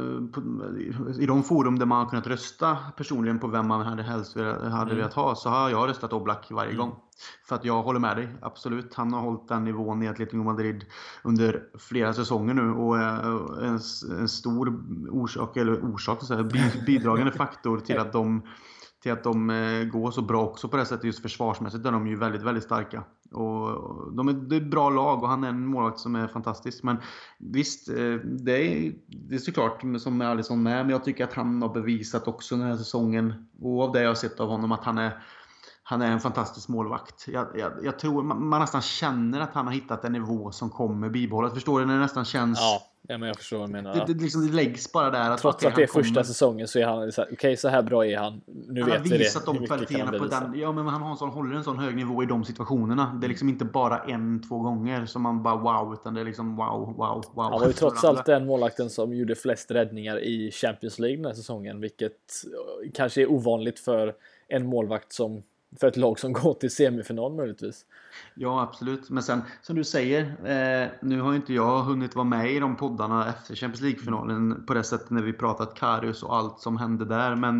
de, i de forum där man har kunnat rösta personligen på vem man hade helst hade mm. velat ha, så har jag röstat Oblak varje mm. gång. För att jag håller med dig, absolut. Han har hållit den nivån i Atletico Madrid under flera säsonger nu, och en, en stor orsak, eller orsak så här, bidragande faktor till att de till att de eh, går så bra också på det sättet. Just försvarsmässigt där de är ju väldigt, väldigt starka. Och de är, det är ett bra lag och han är en målvakt som är fantastisk. Men visst, eh, det är, det är såklart som med Alisson med. Men jag tycker att han har bevisat också den här säsongen, och av det jag har sett av honom, att han är Han är en fantastisk målvakt. Jag, jag, jag tror man, man nästan känner att han har hittat en nivå som kommer bibehållas. Förstår du? När det nästan känns... Ja, ja men jag förstår vad du menar. Det, det, liksom, det läggs bara där. Att, Trots okay, att det är kommer, första säsongen så är han så här, okej, okay, så här bra är han. Nu han vet vi det. Han har visat de kvaliteterna kvaliteterna på den. Ja, men han har en sån, håller en sån hög nivå i de situationerna. Det är liksom inte bara en, två gånger som man bara wow, utan det är liksom wow, wow, wow. Han var ju trots allt den målvakten som gjorde flest räddningar i Champions League den här säsongen, vilket kanske är ovanligt för en målvakt som för ett lag som går till semifinal möjligtvis. Ja, absolut. Men sen, som du säger, eh, nu har inte jag hunnit vara med i de poddarna efter Champions League-finalen mm. på det sättet när vi pratat Karius och allt som hände där. Men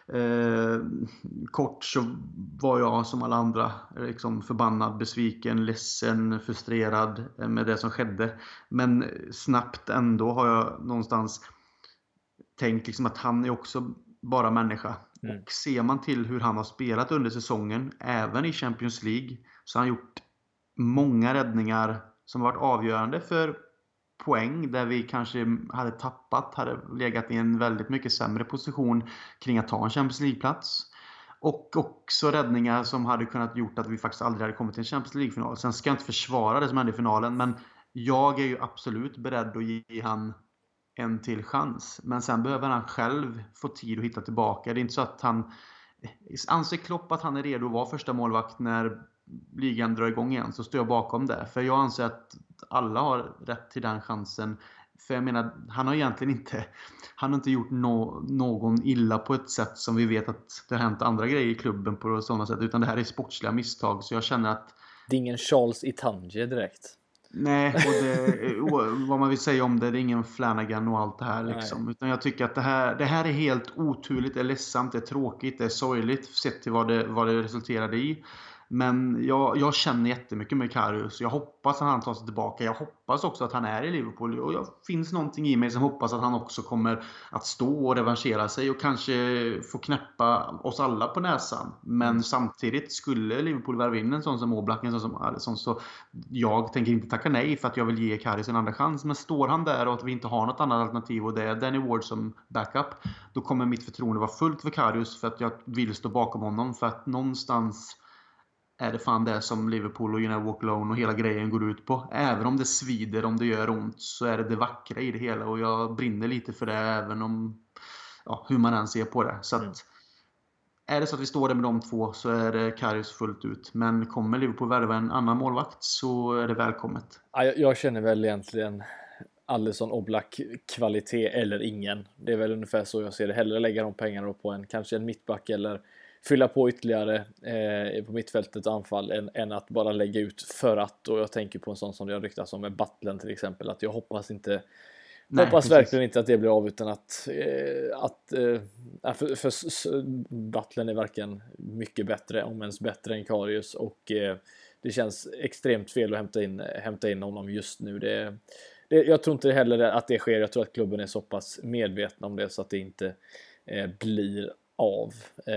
eh, kort så var jag som alla andra liksom förbannad, besviken, ledsen, frustrerad med det som skedde. Men snabbt ändå har jag någonstans tänkt liksom att han är också bara människa. Mm. Och ser man till hur han har spelat under säsongen, även i Champions League, så har han gjort många räddningar som har varit avgörande för poäng där vi kanske hade tappat, hade legat i en väldigt mycket sämre position kring att ta en Champions League-plats. Och också räddningar som hade kunnat gjort att vi faktiskt aldrig hade kommit till en Champions League-final. Sen ska jag inte försvara det som hände i finalen, men jag är ju absolut beredd att ge han en till chans. Men sen behöver han själv få tid att hitta tillbaka. Det är inte så att han... Anser Klopp att han är redo att vara första målvakt när ligan drar igång igen, så står jag bakom det. För jag anser att alla har rätt till den chansen. För jag menar, han har egentligen inte... Han har inte gjort no, någon illa på ett sätt som vi vet att det har hänt andra grejer i klubben på sådana sätt. Utan det här är sportsliga misstag. Så jag känner att... Det är ingen Charles Itange direkt. Nej, och det, vad man vill säga om det, det är ingen Flanagan och allt det här liksom. Utan jag tycker att det här, det här är helt oturligt, det är ledsamt, det är tråkigt, det är sorgligt sett till vad det, vad det resulterade i. Men jag, jag känner jättemycket med Karius. Jag hoppas att han tar sig tillbaka. Jag hoppas också att han är i Liverpool. Och det finns någonting i mig som hoppas att han också kommer att stå och revanschera sig. Och kanske få knäppa oss alla på näsan. Men mm. samtidigt skulle Liverpool värva in en sån som Oblak, en sån som Alisson. Så jag tänker inte tacka nej för att jag vill ge Karius en andra chans. Men står han där och att vi inte har något annat alternativ och det är Danny Ward som backup. Då kommer mitt förtroende vara fullt för Karius. För att jag vill stå bakom honom. För att någonstans... är det fan det som Liverpool och United Walk Alone och hela grejen går ut på. Även om det svider, om det gör ont, så är det det vackra i det hela. Och jag brinner lite för det, även om ja, hur man än ser på det. Så att, mm. är det så att vi står där med de två, så är det Karius fullt ut. Men kommer Liverpool värva en annan målvakt, så är det välkommet. Ja, jag, jag känner väl egentligen Alisson Oblak kvalitet eller ingen. Det är väl ungefär så jag ser det. Hellre lägga de pengarna på en, kanske en mittback eller fylla på ytterligare eh, på mittfältet anfall än, än att bara lägga ut för att. Och jag tänker på en sån som det har ryktats om med Butlen till exempel, att jag hoppas inte Nej, hoppas precis. verkligen inte att det blir av, utan att, eh, att eh, för, för Butlen är verkligen mycket bättre, om ens bättre än Karius, och eh, det känns extremt fel att hämta in, hämta in honom just nu. Det, det, jag tror inte heller att det sker. Jag tror att klubben är så pass medveten om det så att det inte eh, blir av.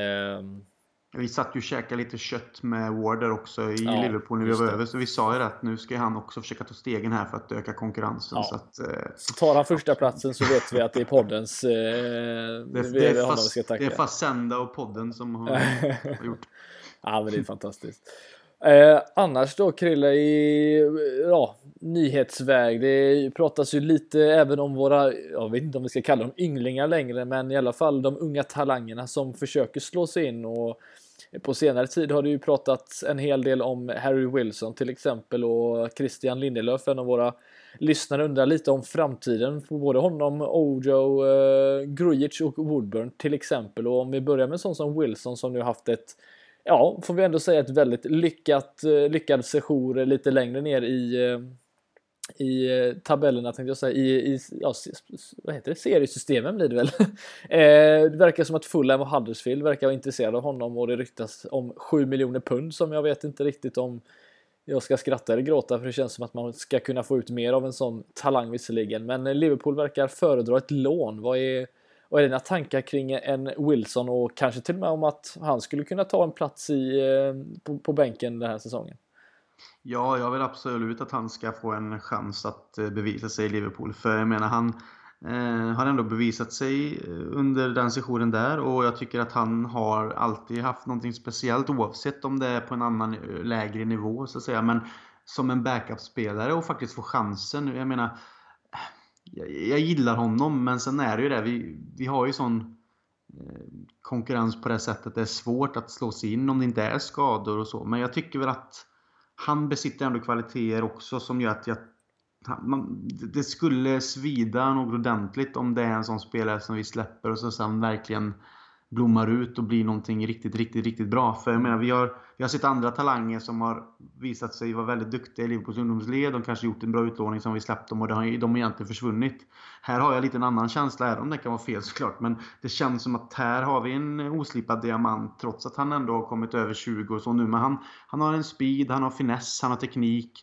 Um, vi satt ju och käkade lite kött med Warder också i ja, Liverpool när vi var över. Så vi sa ju att nu ska han också försöka ta stegen här för att öka konkurrensen. Ja. Så, att, eh, så tar han första platsen så vet vi att det är poddens. Eh, det, det, är fast, det är Facenda och podden som har, har gjort. Ja, men det är fantastiskt. Eh, annars då, Krille, i ja, nyhetsväg, det pratas ju lite även om våra, jag vet inte om vi ska kalla dem ynglingar längre, men i alla fall de unga talangerna som försöker slå sig in. Och på senare tid har det ju pratats en hel del om Harry Wilson till exempel, och Christian Lindelöf, en av våra lyssnare, undrar lite om framtiden på både honom, Ojo, eh, Grujic och Woodburn till exempel. Och om vi börjar med sån som Wilson, som nu haft ett, ja, får vi ändå säga ett väldigt lyckat, lyckad session lite längre ner i, i tabellerna, tänkte jag säga, i, i ja, vad heter det? Seriesystemen blir det väl. eh, det verkar som att Fulham och Huddersfield verkar vara intresserade av honom, och det ryktas om sju miljoner pund, som jag vet inte riktigt om jag ska skratta eller gråta, för det känns som att man ska kunna få ut mer av en sån talang visserligen. Men Liverpool verkar föredra ett lån. Vad är Och är det några tankar kring en Wilson och kanske till och med om att han skulle kunna ta en plats i, på, på bänken den här säsongen? Ja, jag vill absolut att han ska få en chans att bevisa sig i Liverpool. För jag menar, han eh, har ändå bevisat sig under den sessionen där. Och jag tycker att han har alltid haft någonting speciellt, oavsett om det är på en annan lägre nivå så att säga. Men som en backup-spelare och faktiskt få chansen. Jag menar, jag, jag gillar honom, men sen är det ju det. Vi, vi har ju sån konkurrens på det sättet. Det är svårt att slå sig in om det inte är skador och så. Men jag tycker väl att han besitter ändå kvaliteter också som gör att jag, man, det skulle svida något ordentligt om det är en sån spelare som vi släpper och så sen verkligen blommar ut och blir någonting riktigt, riktigt, riktigt bra. För jag menar, vi har, vi har sett andra talanger som har visat sig vara väldigt duktiga i Liverpools ungdomsled. De kanske gjort en bra utlåning som vi släppt dem och de har, de har egentligen försvunnit. Här har jag lite en annan känsla, här om det kan vara fel såklart. Men det känns som att här har vi en oslipad diamant trots att han ändå har kommit över tjugo och så nu. Men han, han har en speed, han har finess, han har teknik.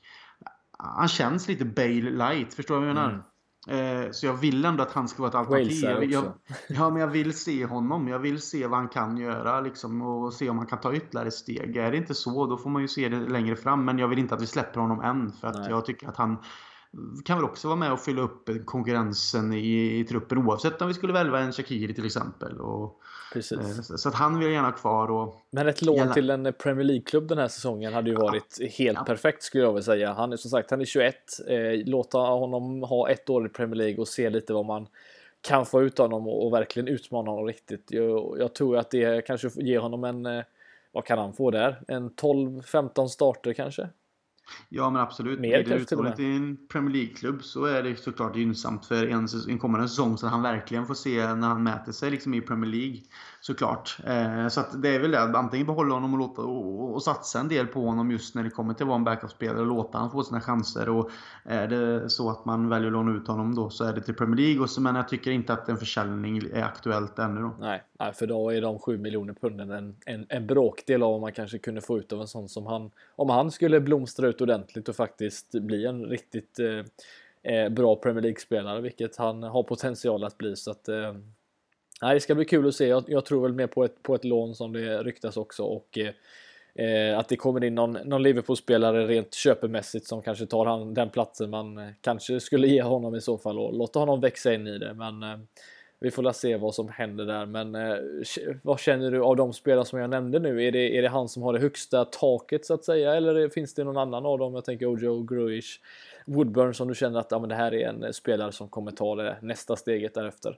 Han känns lite Bale light, förstår du vad jag menar? Mm. Så jag vill ändå att han ska vara ett alternativ. Jag, jag, ja, men jag vill se honom. Jag vill se vad han kan göra liksom, och se om han kan ta ytterligare steg. Är det inte så, då får man ju se det längre fram. Men jag vill inte att vi släpper honom än. För att Nej. jag tycker att han kan väl också vara med och fylla upp konkurrensen i, i truppen. Oavsett om vi skulle välja en Shaqiri till exempel. Och, Precis. Så, så att han vill gärna kvar. Och men ett lån gälla till en Premier League-klubb den här säsongen hade ju varit ja. helt ja. perfekt skulle jag vilja säga. Han är som sagt han är tjugoett. Eh, låta honom ha ett år i Premier League och se lite vad man kan få ut av honom och, och verkligen utmana honom riktigt. Jag, jag tror att det kanske ger honom en, vad kan han få där? En tolv femton starter kanske? Ja, men absolut. Mer blir det utlånet i en Premier League-klubb så är det såklart gynnsamt för en, en kommande säsong så att han verkligen får se när han mäter sig liksom i Premier League. Såklart. Eh, så att det är väl det. Antingen behålla honom och, låta, och, och satsa en del på honom just när det kommer till att vara en backup-spelare och låta han få sina chanser. Och är det så att man väljer att låna ut honom då så är det till Premier League. Och så, men jag tycker inte att en försäljning är aktuellt ännu då. Nej, nej för då är de sju miljoner punden en, en, en bråkdel av vad man kanske kunde få ut av en sån som han. Om han skulle blomstra ut ordentligt och faktiskt bli en riktigt eh, bra Premier League-spelare, vilket han har potential att bli. Så att eh, nej, det ska bli kul att se. Jag, jag tror väl mer på ett, på ett lån som det ryktas också och eh, att det kommer in någon, någon Liverpool-spelare rent köpemässigt som kanske tar han, den platsen man eh, kanske skulle ge honom i så fall och låta honom växa in i det. Men eh, vi får se vad som händer där. Men eh, vad känner du av de spelare som jag nämnde nu? Är det, är det han som har det högsta taket så att säga? Eller är, finns det någon annan av dem? Jag tänker Ojo, Gruish, Woodburn som du känner att ja, men det här är en spelare som kommer ta det nästa steget därefter.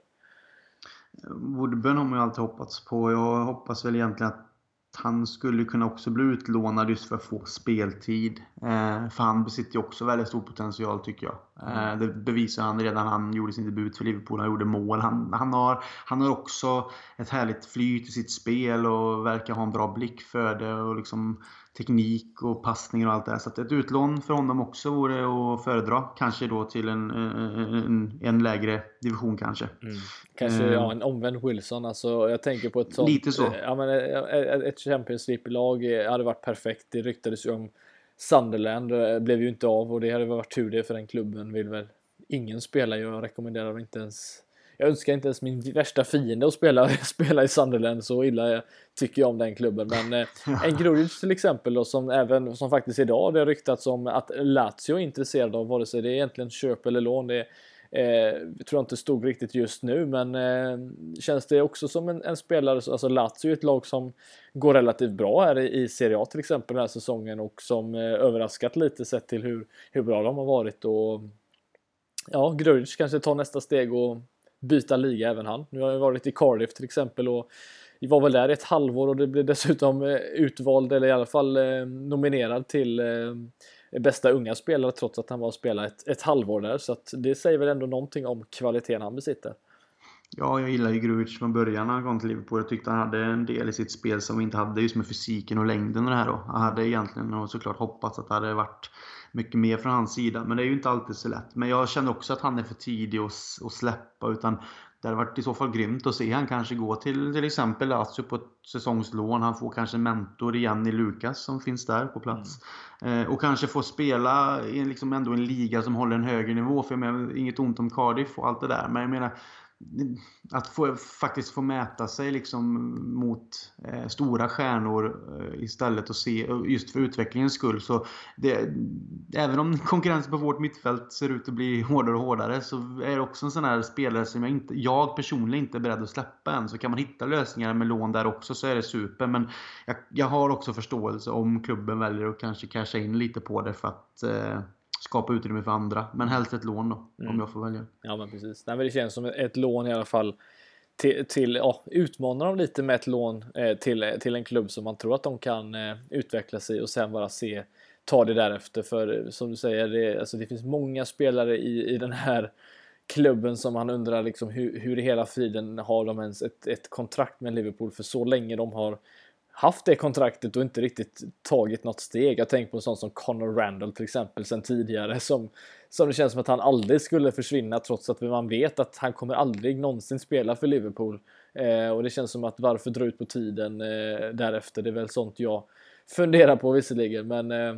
Woodburn har man ju alltid hoppats på. Jag hoppas väl egentligen att han skulle kunna också bli utlånad just för att få speltid. Eh, för han besitter ju också väldigt stor potential tycker jag. Eh, det bevisar han redan han gjorde sin debut för Liverpool. Han gjorde mål. Han, han, har, han har också ett härligt flyt i sitt spel och verkar ha en bra blick för det. Och liksom teknik och passningar och allt det här. Så att ett utlån för honom också vore att föredra. Kanske då till en, en, en lägre division kanske. Mm. Kanske uh, ja, en omvänd Wilson. Alltså, jag tänker på ett sånt... Lite så. Ja, men ett Champions League-lag hade varit perfekt. Det ryktades ju om Sunderland. Det blev ju inte av och det hade varit tur det för den klubben. Vill väl ingen spela. Jag rekommenderar inte ens... Jag önskar inte ens min värsta fiende att spela, spela i Sunderland, så illa tycker jag om den klubben. Men eh, en Grujic till exempel då, som, även, som faktiskt idag det har ryktats om att Lazio är intresserad av, vare sig det är egentligen köp eller lån. Det eh, tror jag inte stod riktigt just nu, men eh, känns det också som en, en spelare, alltså Lazio är ett lag som går relativt bra här i, i Serie A till exempel den här säsongen och som eh, överraskat lite sett till hur, hur bra de har varit. Och ja, Grujic kanske tar nästa steg och byta liga även han. Nu har jag varit i Cardiff till exempel och vi var väl där ett halvår och det blev dessutom utvald eller i alla fall eh, nominerad till eh, bästa unga spelare trots att han var och spelade ett, ett halvår där. Så att det säger väl ändå någonting om kvaliteten han besitter. Ja, jag gillar ju Grujic från början när han kom till Liverpool. Jag tyckte han hade en del i sitt spel som vi inte hade just med fysiken och längden och det här då. Han hade egentligen såklart hoppats att det hade varit mycket mer från hans sida. Men det är ju inte alltid så lätt. Men jag känner också att han är för tidig att, att släppa. Utan det hade varit i så fall grymt att se han kanske gå till till exempel Lazio på ett säsongslån. Han får kanske en mentor igen i Lucas som finns där på plats. Mm. Eh, och kanske få spela i liksom ändå en liga som håller en högre nivå. För jag menar, inget ont om Cardiff och allt det där. Men jag menar, att få, faktiskt få mäta sig liksom mot eh, stora stjärnor eh, istället och se, just för utvecklingens skull. Så det, även om konkurrensen på vårt mittfält ser ut att bli hårdare och hårdare, så är det också en sån här spelare som jag, inte, jag personligen inte är beredd att släppa än. Så kan man hitta lösningar med lån där också, så är det super. Men jag, jag har också förståelse om klubben väljer att kanske casha in lite på det för att eh, skapa utrymme för andra. Men helst ett lån då, mm. om jag får välja. Ja, men precis. Nej, men det känns som ett lån i alla fall till, till ja, utmana dem lite med ett lån eh, till, till en klubb som man tror att de kan eh, utveckla sig och sen bara se, ta det därefter. För som du säger, det, alltså, det finns många spelare i, i den här klubben som man undrar liksom, hur, hur i hela friden har de ens ett, ett kontrakt med Liverpool för så länge de har haft det kontraktet och inte riktigt tagit något steg. Jag tänker på en sån som Conor Randall till exempel sen tidigare, som, som det känns som att han aldrig skulle försvinna, trots att man vet att han kommer aldrig någonsin spela för Liverpool. Eh, och det känns som att varför dra ut på tiden eh, därefter, det är väl sånt jag funderar på visserligen, men eh,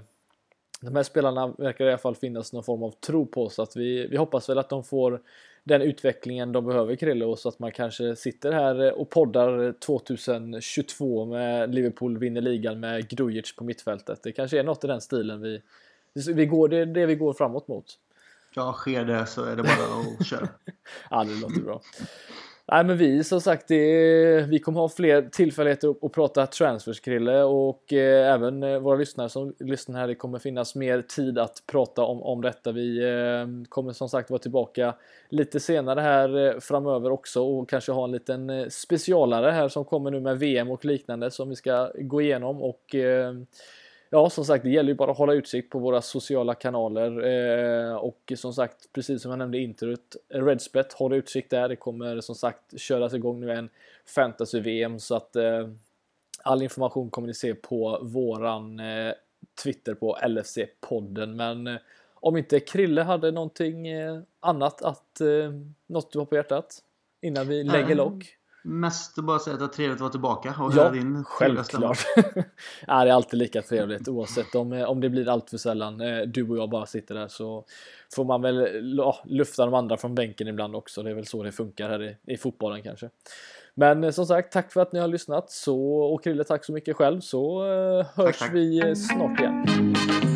de här spelarna verkar i alla fall finnas någon form av tro på, så att vi, vi hoppas väl att de får den utvecklingen de behöver, Krille, och så att man kanske sitter här och poddar tjugohundratjugotvå med Liverpool vinner ligan med Grujic på mittfältet. Det kanske är något i den stilen vi, vi går, det är det vi går framåt mot. Ja, sker det så är det bara att köra. Ja, det låter bra. Nej, men vi som sagt, det, vi kommer ha fler tillfälligheter att, att prata transfers, Krille, och eh, även eh, våra lyssnare som lyssnar här, det kommer finnas mer tid att prata om, om detta. Vi eh, kommer som sagt vara tillbaka lite senare här eh, framöver också, och kanske ha en liten eh, specialare här som kommer nu med V M och liknande som vi ska gå igenom. Och eh, ja, som sagt, det gäller ju bara att hålla utsikt på våra sociala kanaler eh, och som sagt, precis som jag nämnde i introt, Redspet, håll utsikt där. Det kommer som sagt köras igång nu en fantasy-V M, så att eh, all information kommer ni se på våran eh, Twitter på L F C-podden. Men eh, om inte Krille hade någonting eh, annat att, eh, något du har på hjärtat innan vi lägger lock? Mest bara säga att det är trevligt att vara tillbaka och ja, höra din självklart. Ja, det är alltid lika trevligt oavsett om, om det blir allt för sällan du och jag bara sitter där, så får man väl ja, lufta de andra från bänken ibland också. Det är väl så det funkar här i, i fotbollen kanske. Men som sagt, tack för att ni har lyssnat, så, och Krille, tack så mycket själv, så hörs tack, tack. vi snart igen.